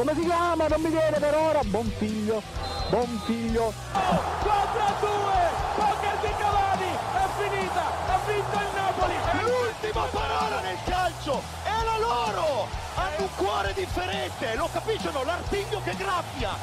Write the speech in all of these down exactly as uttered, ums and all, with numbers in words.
come si chiama? Non mi viene per ora. Buon figlio, buon figlio. quattro a due, poker di Cavani, è finita, ha vinto il Napoli. È l'ultima parola nel calcio, è la loro. Hanno un cuore differente, lo capiscono, l'artiglio che graffia.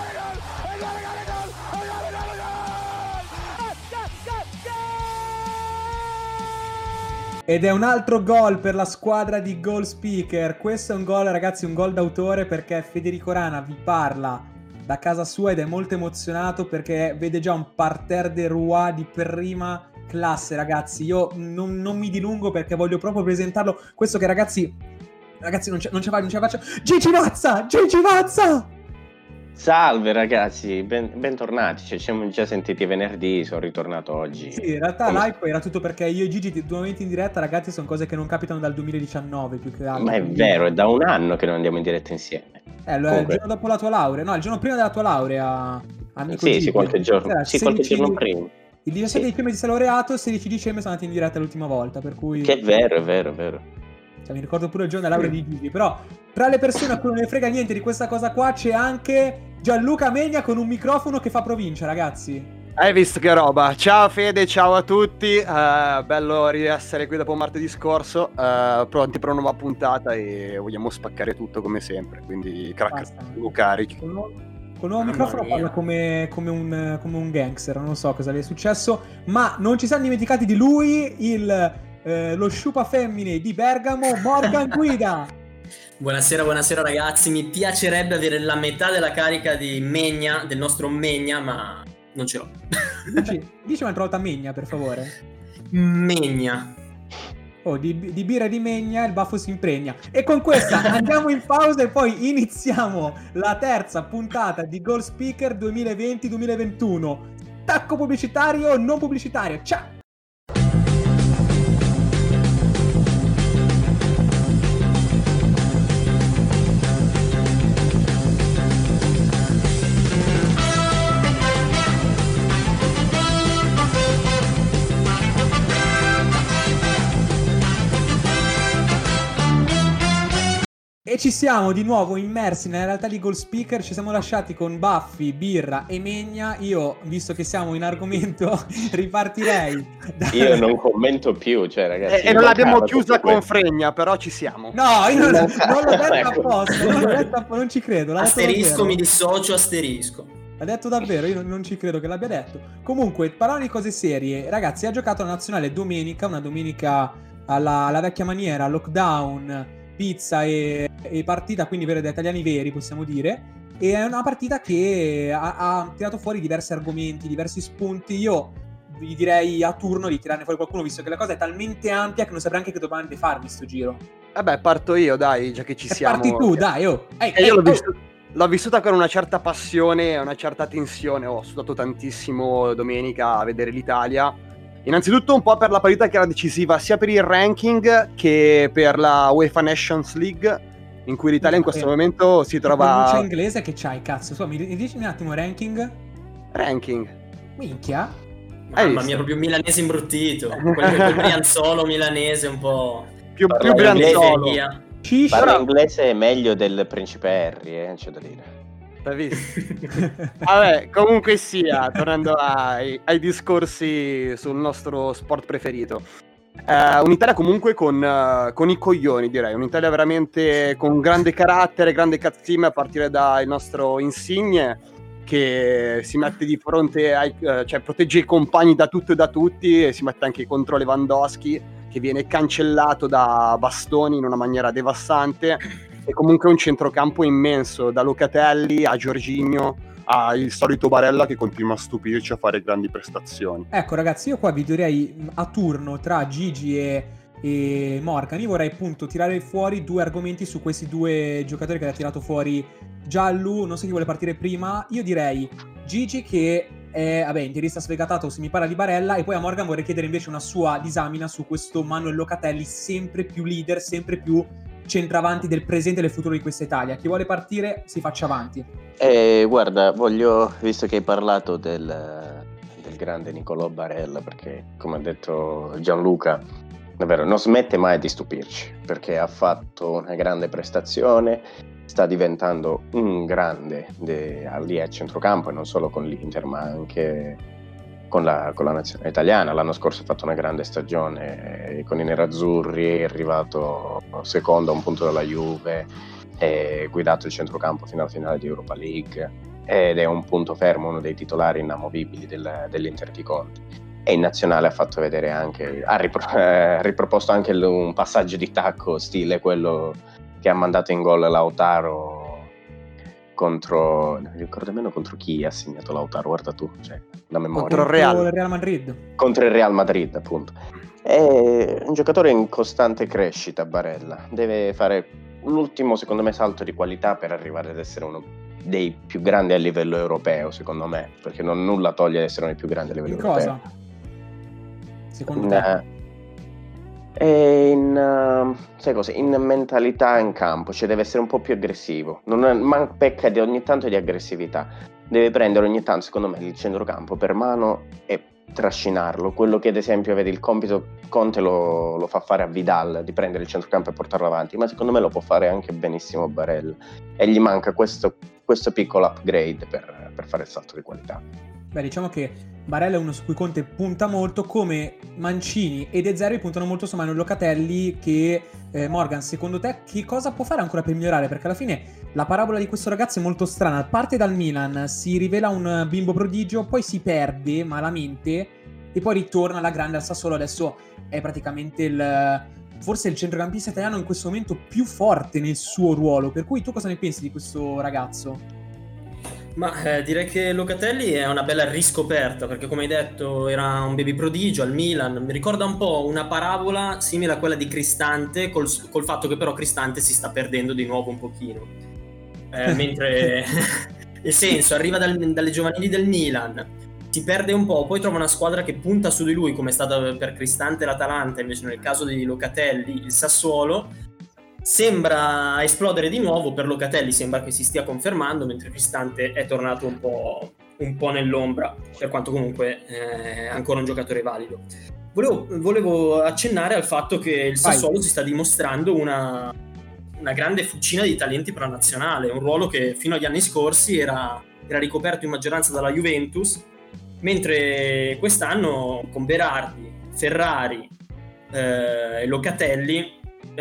Ed è un altro gol per la squadra di Goal Speaker. Questo è un gol, ragazzi, un gol d'autore, perché Federico Rana vi parla da casa sua ed è molto emozionato perché vede già un parterre de Roi di prima classe, ragazzi. Io non, non mi dilungo perché voglio proprio presentarlo. Questo che, ragazzi, ragazzi non ce, non ce la faccio. Gigi Vazza! Gigi Vazza! Salve ragazzi, ben, bentornati, ci siamo già sentiti venerdì, sono ritornato oggi. Sì, in realtà Come... l'hype era tutto perché io e Gigi due momenti in diretta, ragazzi, sono cose che non capitano dal duemiladiciannove più che altro. Ma è vero, è da un anno che non andiamo in diretta insieme. Eh, lo è il giorno dopo la tua laurea, no, il giorno prima della tua laurea, amico. Sì, Gigi. sì, qualche giorno, Era sì, qualche sedici... giorno prima. Il diciassette sì. dicembre ti sei laureato, sedici dicembre sono andati in diretta l'ultima volta, per cui... Che è vero, è vero, è vero. Cioè, mi ricordo pure il giorno della laurea di Gigi, però tra le persone a cui non ne frega niente di questa cosa qua c'è anche Gianluca Megna con un microfono che fa provincia, ragazzi. Hai visto che roba? Ciao Fede, ciao a tutti, uh, bello riessere qui dopo martedì scorso, uh, pronti per una nuova puntata e vogliamo spaccare tutto come sempre, quindi crack, carichi. Con il nuovo microfono parla come, come, un, come un gangster, non so cosa le è successo, ma non ci siamo dimenticati di lui, il, eh, lo sciupa femmine di Bergamo, Morgan Guida. Buonasera, buonasera ragazzi, mi piacerebbe avere la metà della carica di Megna, del nostro Megna, ma non ce l'ho. Dici, dici un'altra volta Megna, per favore. Megna. Oh, di, di birra di Megna il baffo si impregna. E con questa andiamo in pausa e poi iniziamo la terza puntata di Goal Speaker duemilaventi duemilaventuno. Tacco pubblicitario o non pubblicitario? Ciao! E ci siamo di nuovo immersi nella realtà di Goal Speaker, ci siamo lasciati con Baffi, Birra e Megna. Io, visto che siamo in argomento, ripartirei da... Io non commento più, cioè ragazzi... E, e non l'abbiamo chiusa con Fregna, però ci siamo. No, io non, non l'ho detto apposta, non l'ho detto apposta, non ci credo. Asterisco, mi dissocio, asterisco. L'ha detto davvero, io non, non ci credo che l'abbia detto. Comunque, parlando di cose serie, ragazzi, ha giocato la nazionale domenica, una domenica alla, alla vecchia maniera, lockdown... pizza e, e partita, quindi per da italiani veri possiamo dire, e è una partita che ha, ha tirato fuori diversi argomenti, diversi spunti. Io vi direi a turno di tirarne fuori qualcuno, visto che la cosa è talmente ampia che non saprei anche che domande farvi sto giro. Vabbè, parto io, dai, già che ci e siamo. Parti tu, dai, oh. Ehi, e ehi, io l'ho, oh. vissuto, l'ho vissuta con una certa passione e una certa tensione, ho sudato tantissimo domenica a vedere l'Italia. Innanzitutto un po' per la partita che era decisiva sia per il ranking che per la UEFA Nations League, in cui l'Italia in questo eh, momento si trova... La pronuncia inglese che c'hai, cazzo? So, mi dici un attimo ranking? Ranking. Minchia? Mamma mia, proprio milanese imbruttito. Quel, quel brianzolo milanese un po'... Più, più brianzolo. Parla inglese è meglio del Principe Harry, eh, c'è da dire. Vabbè, comunque sia, tornando ai, ai discorsi sul nostro sport preferito, eh, un'Italia comunque con, uh, con i coglioni, direi, un'Italia veramente con grande carattere, grande cazzime, a partire dal nostro Insigne che si mette di fronte ai, uh, cioè protegge i compagni da tutto e da tutti, e si mette anche contro Lewandowski che viene cancellato da Bastoni in una maniera devastante. E comunque un centrocampo immenso, da Locatelli a Jorginho a il solito Barella che continua a stupirci, a fare grandi prestazioni. Ecco ragazzi, io qua vi direi a turno tra Gigi e, e Morgan. Io vorrei appunto tirare fuori due argomenti su questi due giocatori che ha tirato fuori Giallu. Non so chi vuole partire prima. Io direi Gigi che è, vabbè, interista sfegatato se mi parla di Barella, e poi a Morgan vorrei chiedere invece una sua disamina su questo Manuel Locatelli sempre più leader, sempre più centravanti del presente e del futuro di questa Italia. Chi vuole partire si faccia avanti. Eh, guarda, voglio, visto che hai parlato del, del grande Nicolò Barella, perché come ha detto Gianluca, davvero non smette mai di stupirci, perché ha fatto una grande prestazione sta diventando un grande de, lì a centrocampo, e non solo con l'Inter ma anche con la, con la nazionale italiana. L'anno scorso ha fatto una grande stagione con i nerazzurri, è arrivato secondo a un punto dalla Juve, è guidato il centrocampo fino alla finale di Europa League ed è un punto fermo, uno dei titolari inamovibili del, dell'Inter di Conte. E in nazionale ha fatto vedere anche, ha ripro, eh, riproposto anche un passaggio di tacco stile quello che ha mandato in gol Lautaro contro, non ricordo nemmeno contro chi ha segnato Lautaro, guarda tu, cioè, la memoria. Contro il Real. Contro il Real Madrid. Contro il Real Madrid, appunto. È un giocatore in costante crescita, Barella. Deve fare l'ultimo, secondo me, salto di qualità per arrivare ad essere uno dei più grandi a livello europeo, secondo me, perché non nulla toglie ad essere uno dei più grandi a livello In europeo. cosa? Secondo te? E in, uh, sai cosa? In mentalità in campo, cioè deve essere un po' più aggressivo. Non è, man, pecca di ogni tanto di aggressività. Deve prendere ogni tanto, secondo me, il centrocampo per mano e trascinarlo. Quello che ad esempio vedi il compito Conte lo, lo fa fare a Vidal, di prendere il centrocampo e portarlo avanti, ma secondo me lo può fare anche benissimo Barella, e gli manca questo, questo piccolo upgrade per, per fare il salto di qualità. Beh, diciamo che Barella è uno su cui Conte punta molto, come Mancini e De Zerbi puntano molto su Manuel Locatelli. Che eh, Morgan, secondo te che cosa può fare ancora per migliorare? Perché alla fine la parabola di questo ragazzo è molto strana. Parte dal Milan, si rivela un bimbo prodigio, poi si perde malamente e poi ritorna alla grande al Sassuolo. Adesso è praticamente il, forse il centrocampista italiano in questo momento più forte nel suo ruolo. Per cui tu cosa ne pensi di questo ragazzo? Ma eh, direi che Locatelli è una bella riscoperta, perché come hai detto era un baby prodigio al Milan. Mi ricorda un po' una parabola simile a quella di Cristante, col, col fatto che però Cristante si sta perdendo di nuovo un pochino, eh, mentre nel senso arriva dal, dalle giovanili del Milan, si perde un po', poi trova una squadra che punta su di lui, come è stata per Cristante l'Atalanta, invece nel caso di Locatelli il Sassuolo. Sembra esplodere di nuovo per Locatelli, sembra che si stia confermando, mentre Cristante è tornato un po', un po' nell'ombra, per quanto comunque è ancora un giocatore valido. Volevo, volevo accennare al fatto che il Sassuolo si sta dimostrando una, una grande fucina di talenti per la nazionale, un ruolo che fino agli anni scorsi era, era ricoperto in maggioranza dalla Juventus, mentre quest'anno con Berardi, Ferrari eh, e Locatelli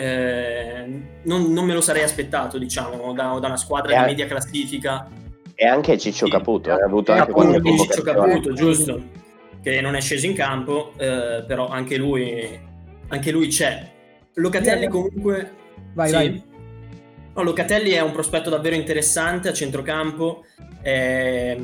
Eh, non, non me lo sarei aspettato, diciamo, da, da una squadra e di media classifica. E anche Ciccio sì, Caputo ha avuto anche anche qualche di Ciccio convocazione. Caputo, giusto, che non è sceso in campo, eh, però anche lui anche lui c'è. Locatelli comunque vai sì. vai No, Locatelli è un prospetto davvero interessante a centrocampo, è,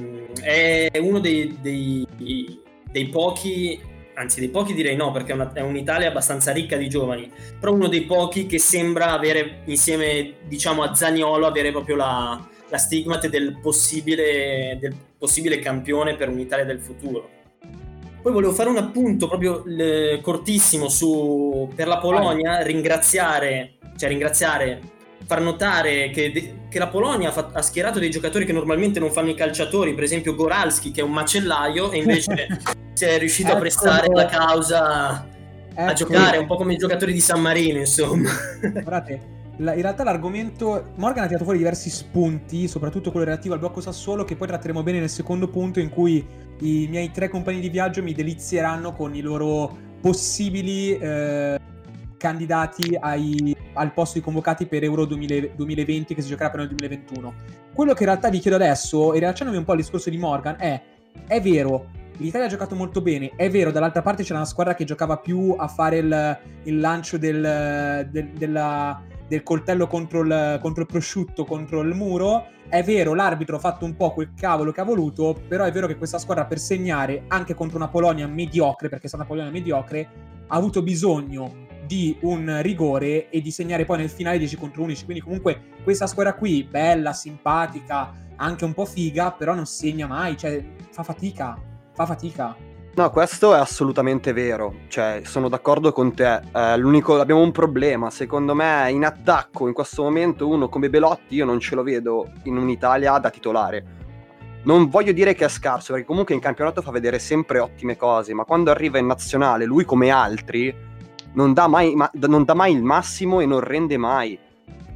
è uno dei, dei, dei pochi, anzi dei pochi direi no, perché è, una, è un'Italia abbastanza ricca di giovani, però uno dei pochi che sembra avere insieme, diciamo, a Zaniolo, avere proprio la, la stigmate del possibile, del possibile campione per un'Italia del futuro. Poi volevo fare un appunto proprio le, cortissimo su per la Polonia, ringraziare, cioè ringraziare, far notare che, de, che la Polonia ha, fatto, ha schierato dei giocatori che normalmente non fanno i calciatori, per esempio Goralski, che è un macellaio, e invece si è riuscito ecco, a prestare la causa ecco, a giocare, un po' come i giocatori di San Marino, insomma. Guardate, la, in realtà l'argomento, Morgan ha tirato fuori diversi spunti, soprattutto quello relativo al blocco Sassuolo, che poi tratteremo bene nel secondo punto, in cui i miei tre compagni di viaggio mi delizieranno con i loro possibili eh, candidati ai, al posto di convocati per Euro duemilaventi, che si giocherà per nel duemilaventuno. Quello che in realtà vi chiedo adesso, e rilacciandomi un po' al discorso di Morgan, è è vero, l'Italia ha giocato molto bene, è vero, dall'altra parte c'era una squadra che giocava più a fare il, il lancio del, del, della, del coltello contro il, contro il prosciutto, contro il muro. È vero, l'arbitro ha fatto un po' quel cavolo che ha voluto, però è vero che questa squadra, per segnare anche contro una Polonia mediocre, perché è stata una Polonia mediocre, ha avuto bisogno di un rigore e di segnare poi nel finale dieci contro undici. Quindi comunque questa squadra qui, bella, simpatica, anche un po' figa, però non segna mai, cioè fa fatica, fa fatica. No, questo è assolutamente vero, cioè sono d'accordo con te. Eh, l'unico, abbiamo un problema, secondo me in attacco in questo momento uno come Belotti io non ce lo vedo in un'Italia da titolare. Non voglio dire che è scarso, perché comunque in campionato fa vedere sempre ottime cose, ma quando arriva in nazionale lui come altri non dà mai, ma, non dà mai il massimo e non rende mai.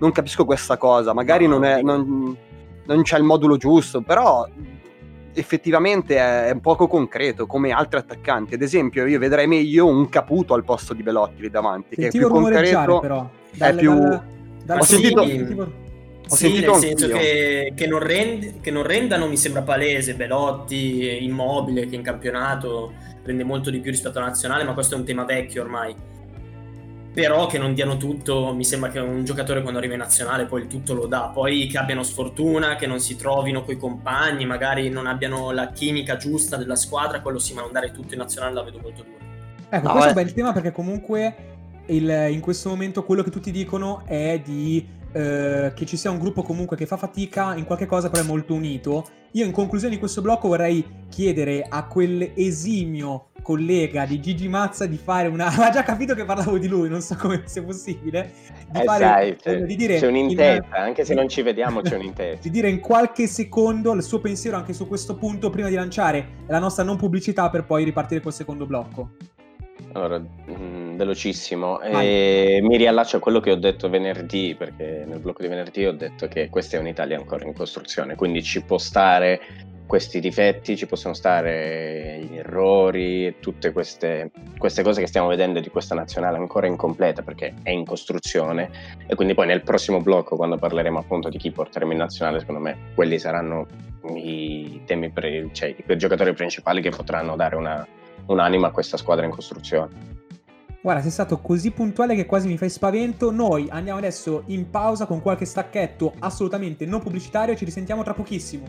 non capisco questa cosa, magari non, è, non, non c'è il modulo giusto, però effettivamente è, è poco concreto come altri attaccanti. Ad esempio io vedrei meglio un Caputo al posto di Belotti lì davanti, Sentivo che è più concreto, però è più... Dal, dal ho sentito... sentivo... Ho sì, sentito nel senso anch'io. che, che, non rend, che non rendano mi sembra palese. Belotti, Immobile, che in campionato rende molto di più rispetto alla nazionale, ma questo è un tema vecchio ormai. Però che non diano tutto, mi sembra che un giocatore quando arriva in nazionale poi il tutto lo dà. Poi che abbiano sfortuna, che non si trovino coi compagni, magari non abbiano la chimica giusta della squadra, quello sì, ma non dare tutto in nazionale la vedo molto dura. Ecco, No, questo eh. è un bel tema perché comunque il, in questo momento quello che tutti dicono è di eh, che ci sia un gruppo comunque che fa fatica in qualche cosa però è molto unito. Io in conclusione di questo blocco vorrei chiedere a quell'esimio collega di Gigi Mazza di fare una... Aveva già capito che parlavo di lui, non so come sia possibile. Di Eh, fare, sai, c'è, di dire c'è in- un'intesa, anche se non ci vediamo c'è un'intesa. di dire in qualche secondo il suo pensiero anche su questo punto prima di lanciare la nostra non pubblicità per poi ripartire col secondo blocco. Allora, mh, velocissimo, e mi riallaccio a quello che ho detto venerdì, perché nel blocco di venerdì ho detto che questa è un'Italia ancora in costruzione, quindi ci può stare questi difetti, ci possono stare gli errori, tutte queste, queste cose che stiamo vedendo di questa nazionale ancora incompleta perché è in costruzione, e quindi poi nel prossimo blocco, quando parleremo appunto di chi porteremo in nazionale, secondo me quelli saranno i temi, pre, cioè i giocatori principali che potranno dare una un'anima a questa squadra in costruzione. Guarda, sei stato così puntuale che quasi mi fai spavento. Noi andiamo adesso in pausa con qualche stacchetto assolutamente non pubblicitario, ci risentiamo tra pochissimo.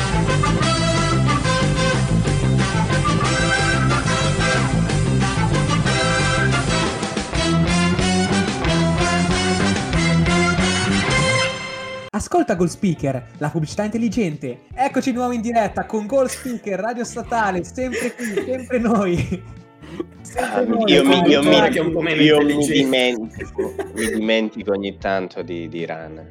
Ascolta Goal Speaker, la pubblicità intelligente. Eccoci di nuovo in diretta con Goal Speaker, radio statale, sempre qui, sempre noi. Sempre noi. Io, mi, io, mi, Che è un po' meno io mi intelligente. dimentico, mi dimentico ogni tanto di, di Iran.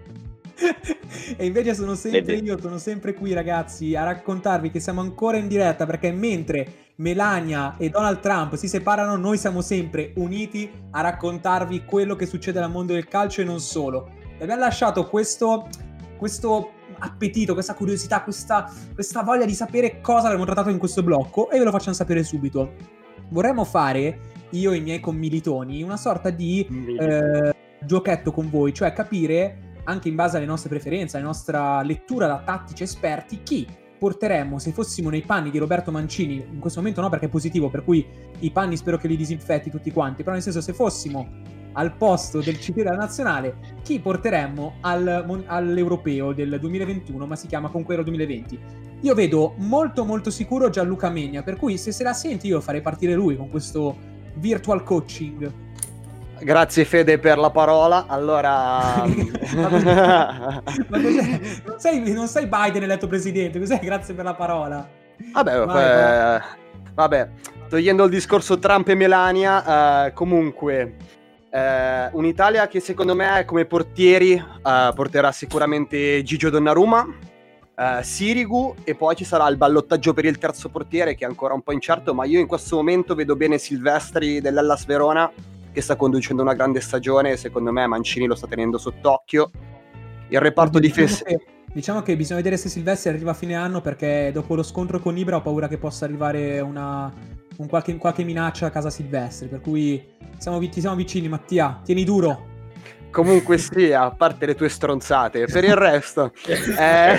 E invece sono sempre Vedi. io, sono sempre qui ragazzi a raccontarvi che siamo ancora in diretta perché mentre Melania e Donald Trump si separano, noi siamo sempre uniti a raccontarvi quello che succede al mondo del calcio e non solo. E abbiamo lasciato questo, questo appetito, questa curiosità, questa, questa voglia di sapere cosa avremo trattato in questo blocco e ve lo facciamo sapere subito. Vorremmo fare, io e i miei commilitoni, una sorta di eh, giochetto con voi, cioè capire, anche in base alle nostre preferenze, alla nostra lettura da tattici esperti, chi porteremmo se fossimo nei panni di Roberto Mancini. In questo momento no, perché è positivo, per cui i panni spero che li disinfetti tutti quanti, però nel senso, se fossimo al posto del C T della nazionale, chi porteremmo al, all'Europeo del duemilaventuno, ma si chiama comunque Euro duemilaventi. Io vedo molto molto sicuro Gianluca Megna, per cui se se la senti io farei partire lui con questo virtual coaching. Grazie Fede per la parola. Allora, Ma cos'è? Ma cos'è? Non sei, non sei Biden eletto presidente, cos'è? Grazie per la parola. vabbè, Vai, eh, vai. vabbè, togliendo il discorso Trump e Melania, eh, comunque eh, un'Italia che secondo me come portieri eh, porterà sicuramente Gigio Donnarumma, eh, Sirigu, e poi ci sarà il ballottaggio per il terzo portiere che è ancora un po' incerto, ma io in questo momento vedo bene Silvestri dell'Hellas Verona, che sta conducendo una grande stagione e secondo me Mancini lo sta tenendo sott'occhio. Il reparto Diciamo difensivo... che, diciamo che bisogna vedere se Silvestri arriva a fine anno, perché dopo lo scontro con Ibra ho paura che possa arrivare una un qualche, qualche minaccia a casa Silvestri, per cui siamo, ti siamo vicini Mattia, tieni duro. Comunque sia, a parte le tue stronzate, per il resto eh,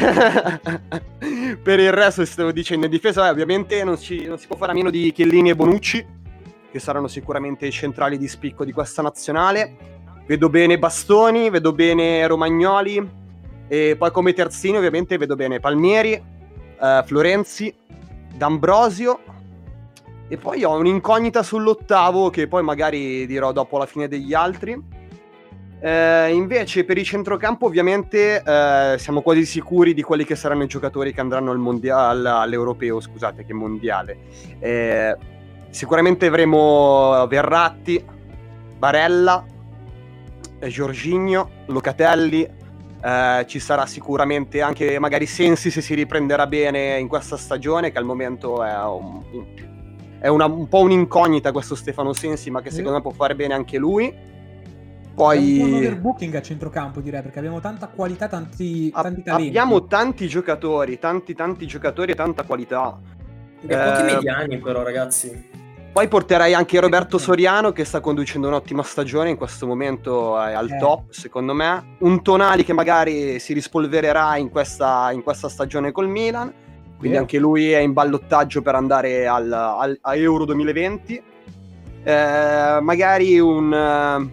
per il resto stavo dicendo in difesa, eh, ovviamente non si, non si può fare a meno di Chiellini e Bonucci, che saranno sicuramente i centrali di spicco di questa nazionale. Vedo bene Bastoni, vedo bene Romagnoli, e poi come terzini ovviamente vedo bene Palmieri, eh, Florenzi, D'Ambrosio, e poi ho un'incognita sull'ottavo che poi magari dirò dopo la fine degli altri. Eh, invece per il centrocampo ovviamente eh, siamo quasi sicuri di quelli che saranno i giocatori che andranno al mondiale, all'europeo, scusate, che mondiale. Eh, sicuramente avremo Verratti, Barella, eh, Jorginho, Locatelli, eh, ci sarà sicuramente anche magari Sensi se si riprenderà bene in questa stagione, che al momento è un, è una, un po' un'incognita questo Stefano Sensi, ma che secondo me può fare bene anche lui. Poi è un po' overbooking a centrocampo, direi, perché abbiamo tanta qualità, tanti, tanti talenti. Abbiamo tanti giocatori, tanti tanti giocatori e tanta qualità. E pochi Eh, mediani però, ragazzi. Poi porterei anche Roberto Soriano, che sta conducendo un'ottima stagione, in questo momento è al Eh. top, secondo me. Un Tonali che magari si rispolvererà in questa, in questa stagione col Milan, quindi Vero. anche lui è in ballottaggio per andare al, al- a Euro duemilaventi. Eh, magari un... eh,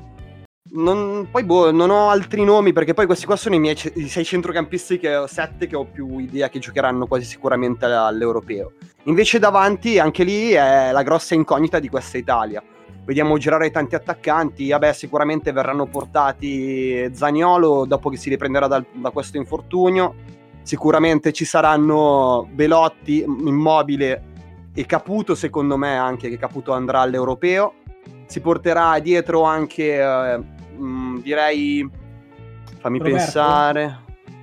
non, poi boh, non ho altri nomi, perché poi questi qua sono i miei ce- i sei centrocampisti che ho, sette che ho più idea che giocheranno quasi sicuramente all'Europeo. Invece davanti, anche lì è la grossa incognita di questa Italia. Vediamo girare tanti attaccanti. Vabbè, sicuramente verranno portati Zaniolo dopo che si riprenderà dal- da questo infortunio. Sicuramente ci saranno Belotti, Immobile e Caputo, secondo me anche che Caputo andrà all'Europeo. Si porterà dietro anche, eh, mh, direi, fammi Roberto? pensare...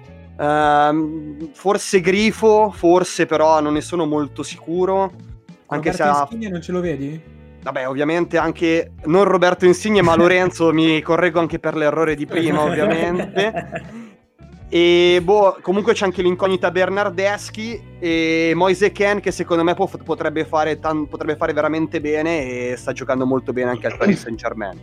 Ehm, forse Grifo, forse, però non ne sono molto sicuro. Anche se Roberto ha, Insigne non ce lo vedi? vabbè, ovviamente anche non Roberto Insigne, ma Lorenzo, mi correggo anche per l'errore di prima, ovviamente. E boh, comunque c'è anche l'incognita Bernardeschi e Moise Kean, che secondo me può- potrebbe fare tan- potrebbe fare veramente bene e sta giocando molto bene anche al Paris Saint-Germain.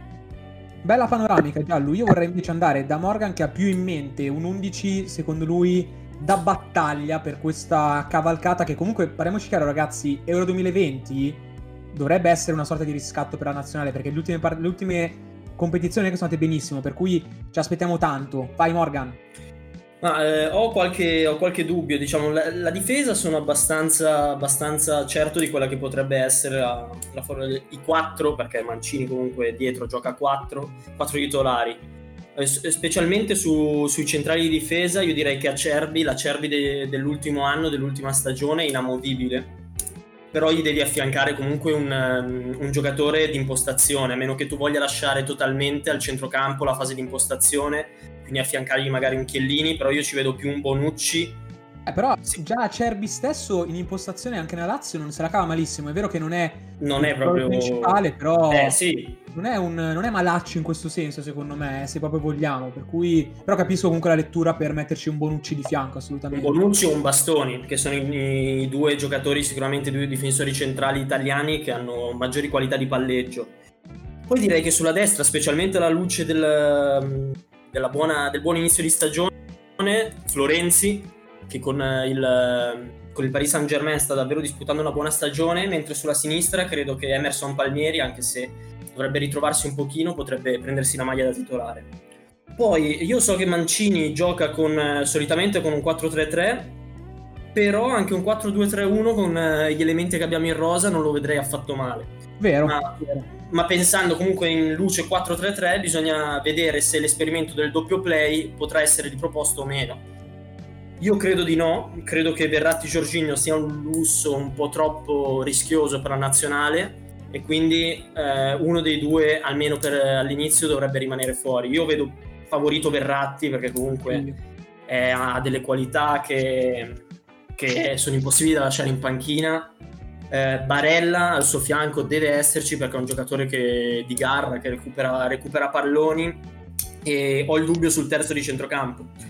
Bella panoramica, Giallo. Io vorrei invece andare da Morgan, che ha più in mente un undici, secondo lui, da battaglia per questa cavalcata che comunque, parliamoci chiaro ragazzi, Euro duemilaventi dovrebbe essere una sorta di riscatto per la nazionale, perché le ultime, par- le ultime competizioni che sono andate benissimo, per cui ci aspettiamo tanto. Vai Morgan. Ma eh, ho, qualche, ho qualche dubbio, diciamo, la, la difesa sono abbastanza, abbastanza certo di quella che potrebbe essere la, la for- i quattro, perché Mancini comunque dietro gioca a quattro, quattro titolari. Eh, s- specialmente su- sui centrali di difesa io direi che Acerbi, l'Acerbi de- dell'ultimo anno, dell'ultima stagione è inamovibile, però gli devi affiancare comunque un, um, un giocatore di impostazione, a meno che tu voglia lasciare totalmente al centrocampo la fase di impostazione, quindi affiancargli magari un Chiellini, però io ci vedo più un Bonucci. Eh, però Sì. già Acerbi stesso in impostazione anche nella Lazio non se la cava malissimo. È vero che non è Non il è proprio principale, però Eh sì, non è, un, non è malaccio in questo senso, secondo me, se proprio vogliamo. Per cui, però capisco comunque la lettura per metterci un Bonucci di fianco, un assolutamente. Bonucci o un Bastoni, che sono i, i due giocatori, sicuramente due difensori centrali italiani che hanno maggiori qualità di palleggio. Poi direi che sulla destra, specialmente alla luce del, della buona, del buon inizio di stagione, Florenzi, che con il, con il Paris Saint-Germain sta davvero disputando una buona stagione, mentre sulla sinistra credo che Emerson Palmieri, anche se dovrebbe ritrovarsi un pochino, potrebbe prendersi la maglia da titolare. Poi io so che Mancini gioca con, solitamente con un quattro tre tre, però anche un quattro due tre uno con gli elementi che abbiamo in rosa non lo vedrei affatto male. Vero. Ma, ma pensando comunque in luce quattro tre tre bisogna vedere se l'esperimento del doppio play potrà essere riproposto o meno. Io credo di no, credo che Verratti Jorginho sia un lusso un po' troppo rischioso per la nazionale e quindi eh, uno dei due, almeno per all'inizio, dovrebbe rimanere fuori. Io vedo favorito Verratti perché comunque eh, ha delle qualità che, che sono impossibili da lasciare in panchina. Eh, Barella al suo fianco deve esserci perché è un giocatore che, di garra, che recupera, recupera palloni, e ho il dubbio sul terzo di centrocampo.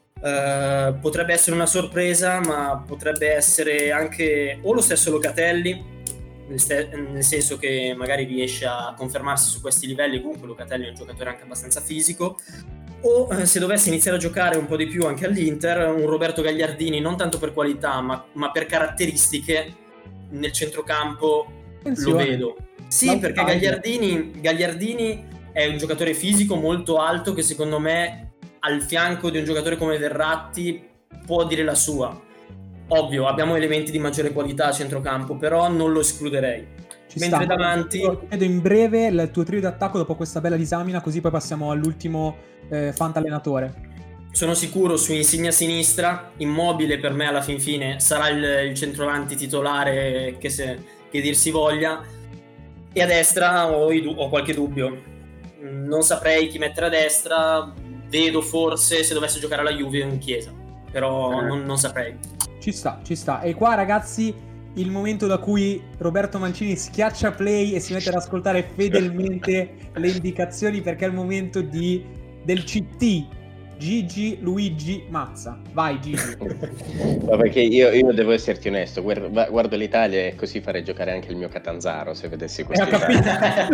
Uh, potrebbe essere una sorpresa, ma potrebbe essere anche o lo stesso Locatelli, nel, ste- nel senso che magari riesce a confermarsi su questi livelli. Comunque Locatelli è un giocatore anche abbastanza fisico, o eh, se dovesse iniziare a giocare un po' di più anche all'Inter, un Roberto Gagliardini, non tanto per qualità ma, ma per caratteristiche nel centrocampo. Attenzione. Lo vedo, sì, perché Gagliardini, Gagliardini è un giocatore fisico molto alto che secondo me al fianco di un giocatore come Verratti può dire la sua. Ovvio, abbiamo elementi di maggiore qualità a centrocampo, però non lo escluderei. Ci Mentre sta. davanti Vedo in breve il tuo trio d'attacco dopo questa bella disamina, così poi passiamo all'ultimo eh, fantallenatore. sono sicuro su Insigne a sinistra. Immobile per me alla fin fine sarà il, il centravanti titolare, che, se, che dir si voglia, e a destra ho, i, ho qualche dubbio, non saprei chi mettere a destra. Vedo forse, se dovesse giocare alla Juve, in Chiesa, però eh. non, non saprei. Ci sta, ci sta. E qua ragazzi il momento da cui Roberto Mancini schiaccia play e si mette ad ascoltare fedelmente le indicazioni, perché è il momento di, del C T. Gigi Luigi Mazza. Vai Gigi. No, perché io, io devo esserti onesto, guardo, guardo l'Italia e così farei giocare anche il mio Catanzaro se vedessi questo. Eh, ho capito.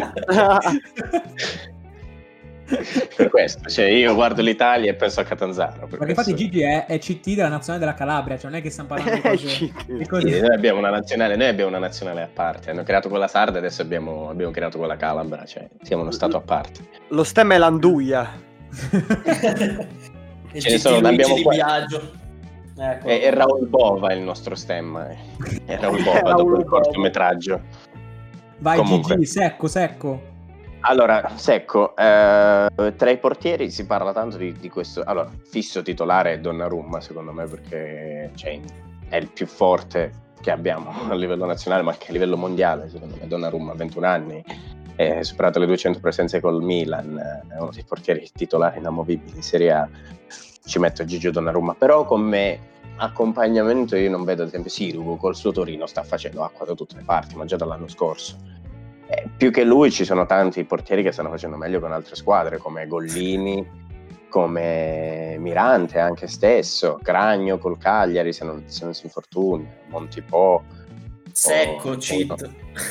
Per questo, cioè io guardo l'Italia e penso a Catanzaro. Per Perché questo... infatti Gigi è, è C T della nazionale della Calabria, cioè non è che stiamo parlando di cose, di cose... Sì, noi abbiamo una nazionale, noi abbiamo una nazionale a parte. Hanno creato quella sarda, adesso abbiamo, abbiamo creato quella calabra, cioè siamo uno stato a parte. Lo stemma è l'Anduia. E Ce ne G T sono, Luigi abbiamo di qua- Biagio. Ecco. È, è Raul Bova il nostro stemma. eh. È Raul Bova Raul dopo il Bova. cortometraggio. Vai Comunque. Gigi, secco, secco. Allora, secco, eh, tra i portieri si parla tanto di, di questo. Allora, fisso titolare è Donnarumma, secondo me, perché cioè, è il più forte che abbiamo a livello nazionale, ma anche a livello mondiale. Secondo me, Donnarumma ha ventuno anni, è superato le duecento presenze col Milan, è uno dei portieri titolari inamovibili in Serie A. Ci metto Gigio Donnarumma, però come accompagnamento io non vedo, ad esempio, Sirigu col suo Torino sta facendo acqua da tutte le parti, ma già dall'anno scorso. Eh, più che lui ci sono tanti portieri che stanno facendo meglio con altre squadre, come Gollini, come Mirante anche stesso, Cragno col Cagliari se non, se non si infortuna, Montipò, Secco, o- cheat.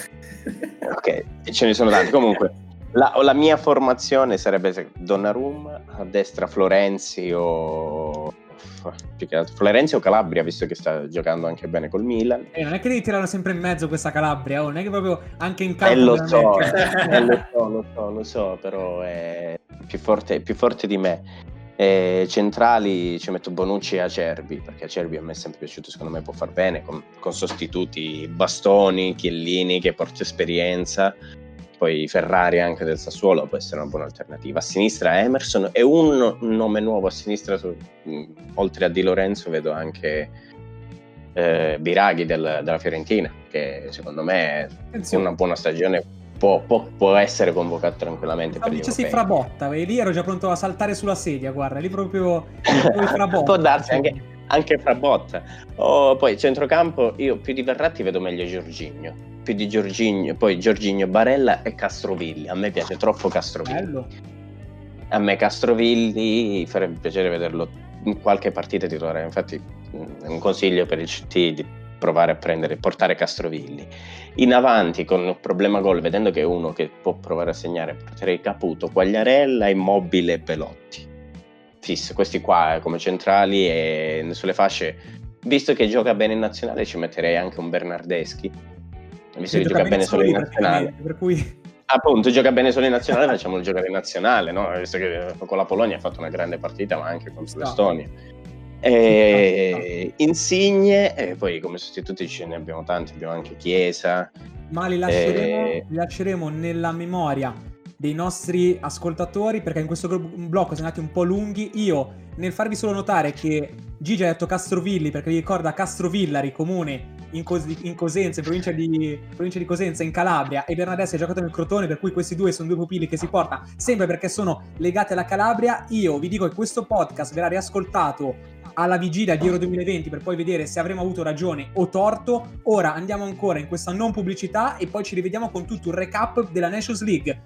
ok, ce ne sono tanti. Comunque la, la mia formazione sarebbe Donnarumma, a destra Florenzi o più che altro Florenzi o Calabria, visto che sta giocando anche bene col Milan. Eh, non è che devi tirarlo sempre in mezzo questa Calabria, oh, non è che proprio anche in Eh, campo lo della so, Merkel. eh, lo so, lo so, lo so, però è più forte, più forte di me. Eh, centrali ci metto Bonucci e Acerbi, perché Acerbi a me è sempre piaciuto, secondo me può far bene, con, con sostituti Bastoni, Chiellini che porta esperienza, poi Ferrari anche del Sassuolo può essere una buona alternativa. A sinistra Emerson e un nome nuovo a sinistra, su, mh, oltre a Di Lorenzo vedo anche eh, Biraghi del, della Fiorentina, che secondo me è una buona stagione, può, può, può essere convocato tranquillamente per gli Dicessi europei. Frabotta, e lì ero già pronto a saltare sulla sedia, guarda, lì proprio Frabotta. Può darsi anche, anche Frabotta. Oh, poi centrocampo io più di Verratti vedo meglio Jorginho, più di Jorginho, poi Jorginho, Barella e Castrovilli. A me piace troppo Castrovilli. Bello. A me Castrovilli farebbe piacere vederlo in qualche partita titolare. Infatti è un consiglio per il C T di provare a prendere, portare Castrovilli in avanti con il problema gol, vedendo che è uno che può provare a segnare, porterei Caputo, Quagliarella, Immobile e Belotti. Fisso, questi qua eh, come centrali, e sulle fasce, visto che gioca bene in nazionale, ci metterei anche un Bernardeschi, visto che gioca bene solo in nazionale. Per cui Appunto, gioca bene solo in nazionale, facciamolo giocare in nazionale, no? Visto che con la Polonia ha fatto una grande partita, ma anche contro l'Estonia. E Insigne, e poi come sostituti ce ne abbiamo tanti, abbiamo anche Chiesa. Ma li lasceremo, Eh. li lasceremo nella memoria dei nostri ascoltatori, perché in questo gro- blocco siamo andati un po' lunghi. Io, nel farvi solo notare che Gigi ha detto Castrovilli perché vi ricorda Castrovillari, comune in, Cos- in Cosenza, in provincia di, provincia di Cosenza, in Calabria, e Bernardeschi ha giocato nel Crotone, per cui questi due sono due pupilli che si porta sempre perché sono legati alla Calabria. Io vi dico che questo podcast verrà riascoltato alla vigilia di Euro duemilaventi per poi vedere se avremo avuto ragione o torto. Ora andiamo ancora in questa non pubblicità e poi ci rivediamo con tutto il recap della Nations League.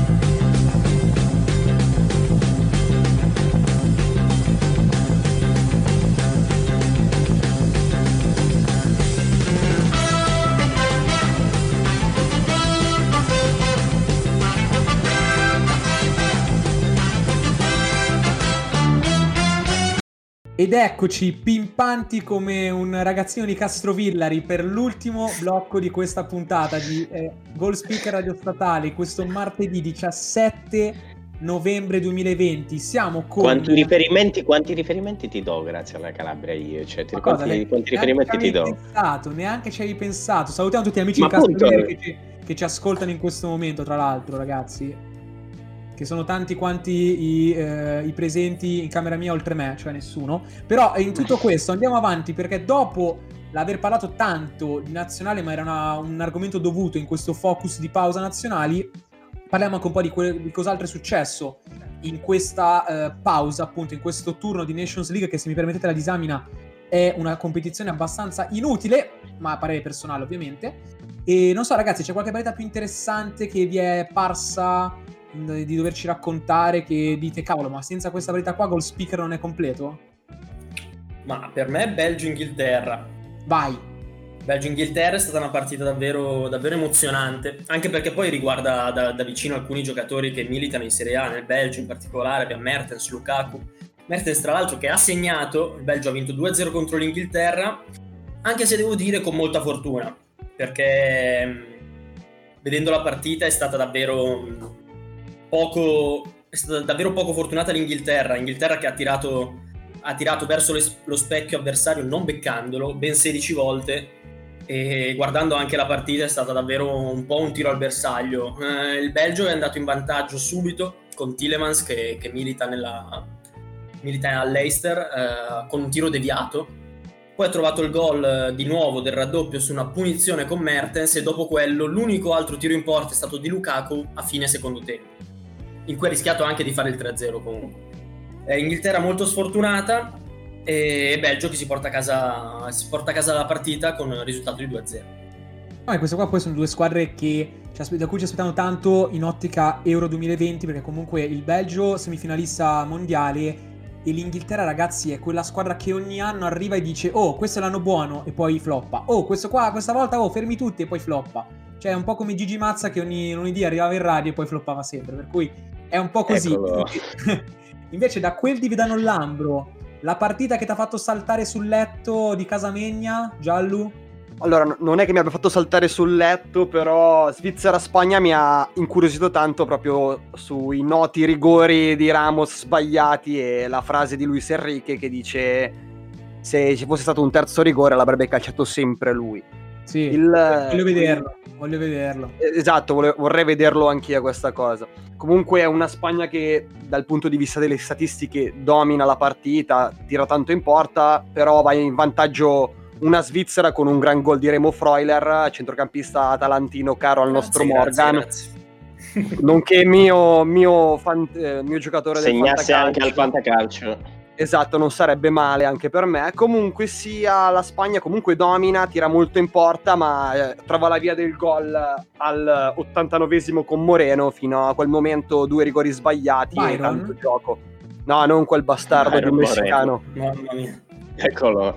Ed eccoci pimpanti come un ragazzino di Castrovillari per l'ultimo blocco di questa puntata di eh, Goal Speaker Radio Statale, questo martedì diciassette novembre duemilaventi. Siamo con... Quanti riferimenti, quanti riferimenti ti do grazie alla Calabria io? Cioè, ti, Ma quanti, cosa, ne- quanti neanche riferimenti ci ti avevi do? pensato, neanche ci avevi pensato. Salutiamo tutti gli amici Ma di Castrovillari appunto- che ci, che ci ascoltano in questo momento, tra l'altro, ragazzi. Che sono tanti quanti i, eh, i presenti in camera mia oltre me, cioè nessuno. Però in tutto questo andiamo avanti, perché dopo l'aver parlato tanto di nazionale, ma era una- un argomento dovuto in questo focus di pausa nazionali, parliamo anche un po' di, que- di cos'altro è successo in questa eh, pausa, appunto in questo turno di Nations League, che, se mi permettete la disamina, è una competizione abbastanza inutile, ma a parere personale ovviamente. E non so ragazzi, c'è qualche partita più interessante che vi è parsa di doverci raccontare, che dite cavolo, ma senza questa partita qua Goal Speaker non è completo? Ma per me Belgio-Inghilterra. Vai. Belgio-Inghilterra è stata una partita davvero, davvero emozionante, anche perché poi riguarda da, da vicino alcuni giocatori che militano in Serie A, nel Belgio in particolare abbiamo Mertens, Lukaku. Mertens tra l'altro che ha segnato, il Belgio ha vinto due a zero contro l'Inghilterra, anche se devo dire con molta fortuna, perché vedendo la partita è stata davvero poco, è stata davvero poco fortunata l'Inghilterra, Inghilterra che ha tirato, ha tirato verso le, lo specchio avversario non beccandolo ben sedici volte, e guardando anche la partita è stata davvero un po' un tiro al bersaglio. Eh, il Belgio è andato in vantaggio subito con Tielemans che, che milita nella milita all'Leicester eh, con un tiro deviato, poi ha trovato il gol eh, di nuovo del raddoppio su una punizione con Mertens, e dopo quello l'unico altro tiro in porta è stato di Lukaku a fine secondo tempo, in cui ha rischiato anche di fare il tre a zero comunque. Eh, Inghilterra molto sfortunata, e Belgio che si porta a casa si porta a casa la partita con il risultato di due a zero. No, e queste qua poi sono due squadre che da cui ci aspettano tanto in ottica Euro duemilaventi, perché comunque il Belgio semifinalista mondiale e l'Inghilterra ragazzi è quella squadra che ogni anno arriva e dice oh questo è l'anno buono e poi floppa, oh questo qua questa volta oh fermi tutti e poi floppa, cioè è un po' come Gigi Mazza che ogni lunedì arrivava in radio e poi floppava sempre, per cui è un po' così. Invece da quel di Vidano Lambro, la partita che ti ha fatto saltare sul letto di Casamegna, Giallu? Allora, non è che mi abbia fatto saltare sul letto, però Svizzera-Spagna mi ha incuriosito tanto proprio sui noti rigori di Ramos sbagliati e la frase di Luis Enrique che dice se ci fosse stato un terzo rigore l'avrebbe calciato sempre lui. Sì, Il, voglio vederlo, voglio vederlo. Esatto, vole, vorrei vederlo anch'io questa cosa. Comunque è una Spagna che dal punto di vista delle statistiche domina la partita, tira tanto in porta, però va in vantaggio una Svizzera con un gran gol di Remo Freuler, centrocampista atalantino caro al nostro grazie, Morgan, grazie, grazie. nonché mio, mio, fan, eh, mio giocatore del Segnasse fantacalcio. anche al fantacalcio. Esatto, non sarebbe male anche per me. Comunque sia, la Spagna comunque domina, tira molto in porta, ma eh, trova la via del gol al ottantanovesimo con Moreno. Fino a quel momento due rigori sbagliati Byron? e tanto gioco. No, non quel bastardo Byron di messicano. Mamma mia. Eccolo.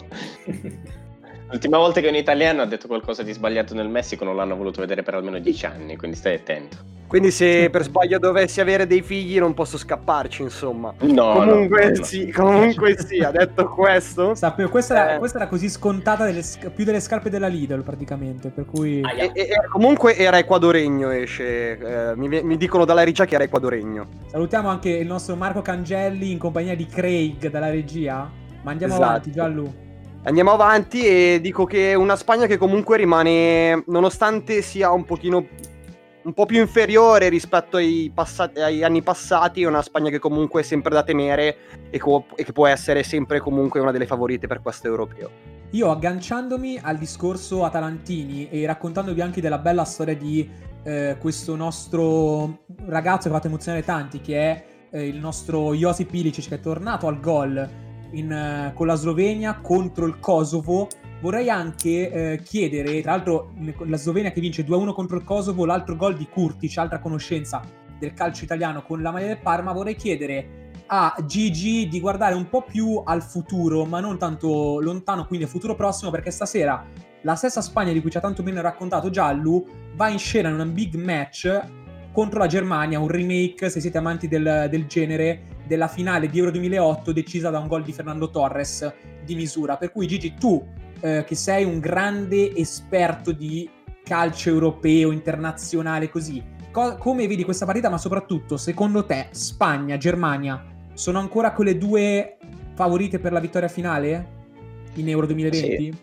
L'ultima volta che un italiano ha detto qualcosa di sbagliato nel Messico non l'hanno voluto vedere per almeno dieci anni, quindi stai attento. Quindi se per sbaglio dovessi avere dei figli non posso scapparci, insomma. No, comunque no, no, no. sì, comunque sì, ha detto questo. Sapevo, questa, era, Eh. questa era così scontata delle, sc- più delle scarpe della Lidl praticamente, per cui... Aia. E, e- e comunque era equadoregno, esce. Eh, mi, mi dicono dalla regia che era equadoregno. Salutiamo anche il nostro Marco Cangelli in compagnia di Craig dalla regia, ma andiamo Esatto. avanti Giallu. Andiamo avanti e dico che una Spagna che comunque rimane, nonostante sia un pochino un po' più inferiore rispetto ai, passati, agli anni passati, è una Spagna che comunque è sempre da tenere e, co- e che può essere sempre comunque una delle favorite per questo europeo. Io agganciandomi al discorso Atalantini e raccontandovi anche della bella storia di eh, questo nostro ragazzo che ha fatto emozionare tanti, che è eh, il nostro Josip Ilicic, che è tornato al gol in, eh, con la Slovenia contro il Kosovo. Vorrei anche eh, chiedere, tra l'altro la Slovenia che vince due a uno contro il Kosovo, l'altro gol di Kurtic, altra conoscenza del calcio italiano con la maglia del Parma. Vorrei chiedere a Gigi di guardare un po' più al futuro, ma non tanto lontano, quindi al futuro prossimo, perché stasera la stessa Spagna di cui ci ha tanto bene raccontato Giallu va in scena in un big match contro la Germania, un remake, se siete amanti del, del genere, della finale di Euro duemilaotto decisa da un gol di Fernando Torres di misura. Per cui Gigi, tu eh, che sei un grande esperto di calcio europeo, internazionale, così, co- come vedi questa partita, ma soprattutto secondo te Spagna, Germania sono ancora quelle due favorite per la vittoria finale in Euro duemilaventi? Sì.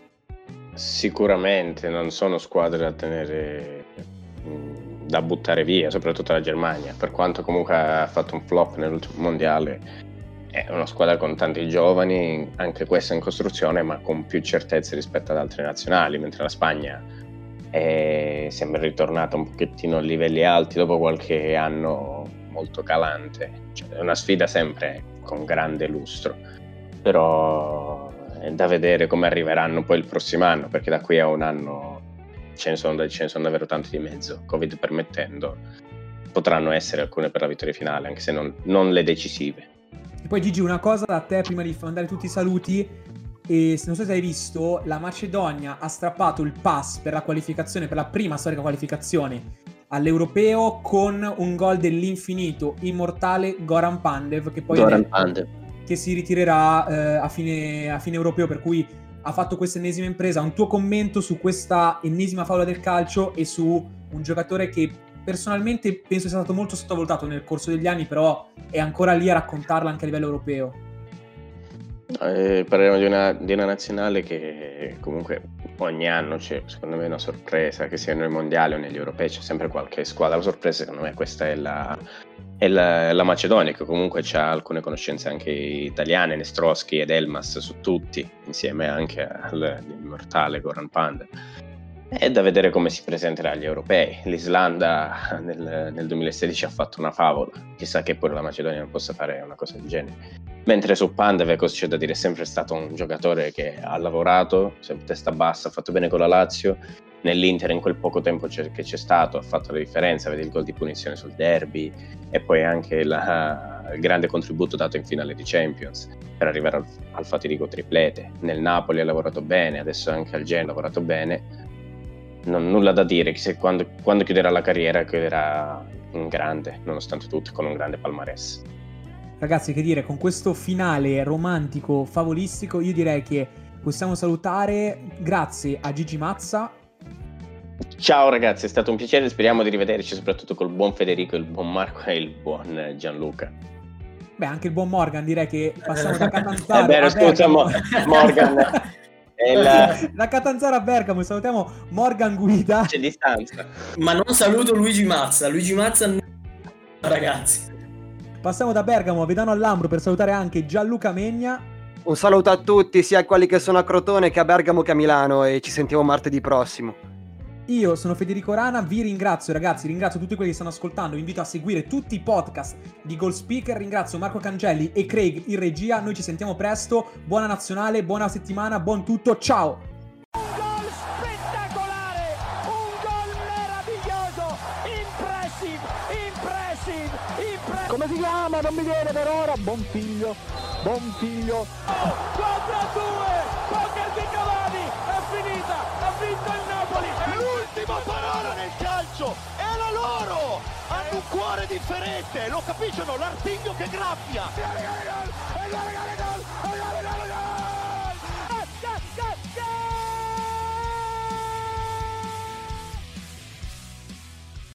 Sicuramente non sono squadre da tenere, mh, da buttare via, soprattutto la Germania, per quanto comunque ha fatto un flop nell'ultimo mondiale. È una squadra con tanti giovani, anche questa in costruzione, ma con più certezze rispetto ad altre nazionali, mentre la Spagna è, sembra ritornata un pochettino a livelli alti dopo qualche anno molto calante. Cioè, è una sfida sempre con grande lustro, però è da vedere come arriveranno poi il prossimo anno, perché da qui a un anno ce ne sono, ce ne sono davvero tanti di mezzo, Covid permettendo. Potranno essere alcune per la vittoria finale, anche se non, non le decisive. E poi Gigi, una cosa da te prima di mandare tutti i saluti, e se non so se hai visto, la Macedonia ha strappato il pass per la qualificazione, per la prima storica qualificazione all'Europeo con un gol dell'infinito immortale Goran Pandev, che poi Goran detto, Pandev. che si ritirerà eh, a, fine, a fine Europeo, per cui ha fatto questa ennesima impresa. Un tuo commento su questa ennesima favola del calcio e su un giocatore che personalmente penso sia stato molto sottovalutato nel corso degli anni, però è ancora lì a raccontarla anche a livello europeo. Eh, parliamo di una, di una nazionale che comunque ogni anno c'è, secondo me, una sorpresa, che sia nei mondiali o negli europei c'è sempre qualche squadra sorpresa. Secondo me questa è la, è la, la Macedonia, che comunque ha alcune conoscenze anche italiane, Nestroschi ed Elmas su tutti, insieme anche all'immortale Goran Pandev. È da vedere come si presenterà agli europei. L'Islanda nel, nel duemilasedici ha fatto una favola, chissà che pure la Macedonia non possa fare una cosa del genere. Mentre su Pandev, cosa c'è da dire, è sempre stato un giocatore che ha lavorato, sempre testa bassa, ha fatto bene con la Lazio, nell'Inter in quel poco tempo c'è, che c'è stato ha fatto la differenza, vedi il gol di punizione sul derby e poi anche la, il grande contributo dato in finale di Champions per arrivare al, al fatidico triplete. Nel Napoli ha lavorato bene, adesso anche al Genoa ha lavorato bene. Non, nulla da dire, che se quando, quando chiuderà la carriera chiuderà in grande, nonostante tutto, con un grande palmarès. Ragazzi, che dire, con questo finale romantico, favolistico, io direi che possiamo salutare. Grazie a Gigi Mazza. Ciao ragazzi, è stato un piacere, speriamo di rivederci soprattutto col buon Federico, il buon Marco e il buon Gianluca. Beh, anche il buon Morgan, direi che passiamo da Catanzaro È vero, a scusa Bergamo. Morgan. La... Da Catanzaro a Bergamo salutiamo Morgan Guida. C'è distanza. Ma non saluto Luigi Mazza. Luigi Mazza, ragazzi. Passiamo da Bergamo a Vedano al Lambro per salutare anche Gianluca Megna. Un saluto a tutti, sia a quelli che sono a Crotone che a Bergamo che a Milano, e ci sentiamo martedì prossimo. Io sono Federico Rana, vi ringrazio ragazzi, ringrazio tutti quelli che stanno ascoltando, vi invito a seguire tutti i podcast di Goal Speaker, ringrazio Marco Cangelli e Craig in regia, noi ci sentiamo presto, buona nazionale, buona settimana, buon tutto, ciao! Un gol spettacolare, un gol meraviglioso, impressive, impressive, impressive. Come si chiama? Non mi viene per ora. Buon figlio, buon figlio. quattro a due, poker di Cavani, è finita, ha vinto il Napoli. L'ultima parola nel calcio è la loro. Hanno un cuore differente, lo capiscono, l'artiglio che graffia.